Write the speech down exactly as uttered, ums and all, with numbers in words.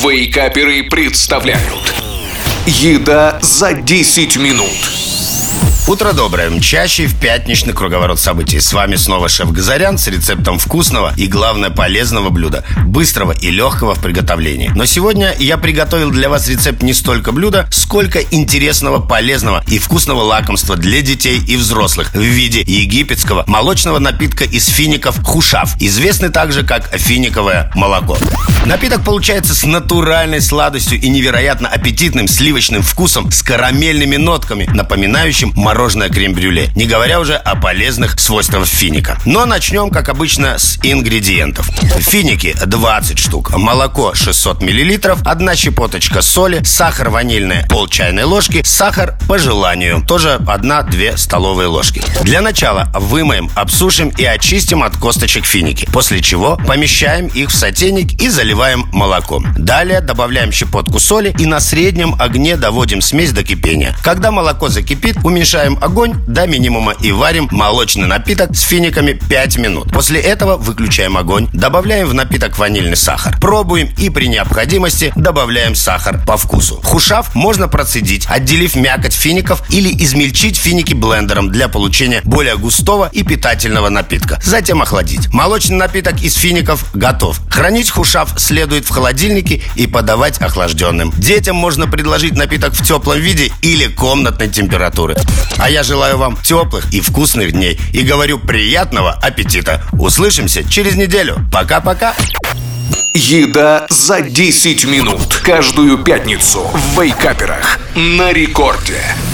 Вейкаперы представляют «Еда за десять минут». Утро доброе, мчащий в пятничный круговорот событий. С вами снова шеф Газарян с рецептом вкусного и, главное, полезного блюда, быстрого и легкого в приготовлении. Но сегодня я приготовил для вас рецепт не столько блюда, сколько интересного, полезного и вкусного лакомства для детей и взрослых в виде египетского молочного напитка из фиников хушаф, известный также как финиковое молоко. Напиток получается с натуральной сладостью и невероятно аппетитным сливочным вкусом с карамельными нотками, напоминающим мороженое крем-брюле, не говоря уже о полезных свойствах финика. Но начнем, как обычно, с ингредиентов. Финики двадцать штук, молоко шестьсот миллилитров, одна щепоточка соли, сахар ванильный пол чайной ложки, сахар по желанию, тоже одна-две столовые ложки. Для начала вымоем, обсушим и очистим от косточек финики, после чего помещаем их в сотейник и заливаем молоком. Далее добавляем щепотку соли и на среднем огне доводим смесь до кипения. Когда молоко закипит, уменьшаем огонь до минимума и варим молочный напиток с финиками пять минут. После этого выключаем огонь, добавляем в напиток ванильный сахар, пробуем и при необходимости добавляем сахар по вкусу. Хушаф можно процедить, отделив мякоть фиников, или измельчить финики блендером для получения более густого и питательного напитка. Затем охладить. Молочный напиток из фиников готов. Хранить хушаф следует в холодильнике и подавать охлажденным. Детям можно предложить напиток в теплом виде или комнатной температуры. А я желаю вам теплых и вкусных дней и говорю приятного аппетита. Услышимся через неделю. Пока-пока. Еда за десять минут. Каждую пятницу в Вейкаперах на рекорде.